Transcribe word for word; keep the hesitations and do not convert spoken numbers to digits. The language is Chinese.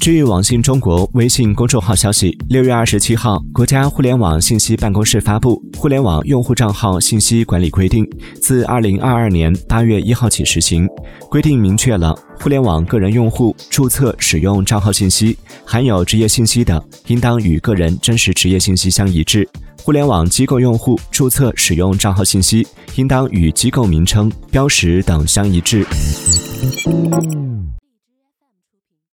据网信中国微信公众号消息，六月二十七号，国家互联网信息办公室发布《互联网用户账号信息管理规定》，自二零二二年八月一号起实行。规定明确了互联网个人用户注册使用账号信息，含有职业信息的，应当与个人真实职业信息相一致。互联网机构用户注册使用账号信息，应当与机构名称、标识等相一致。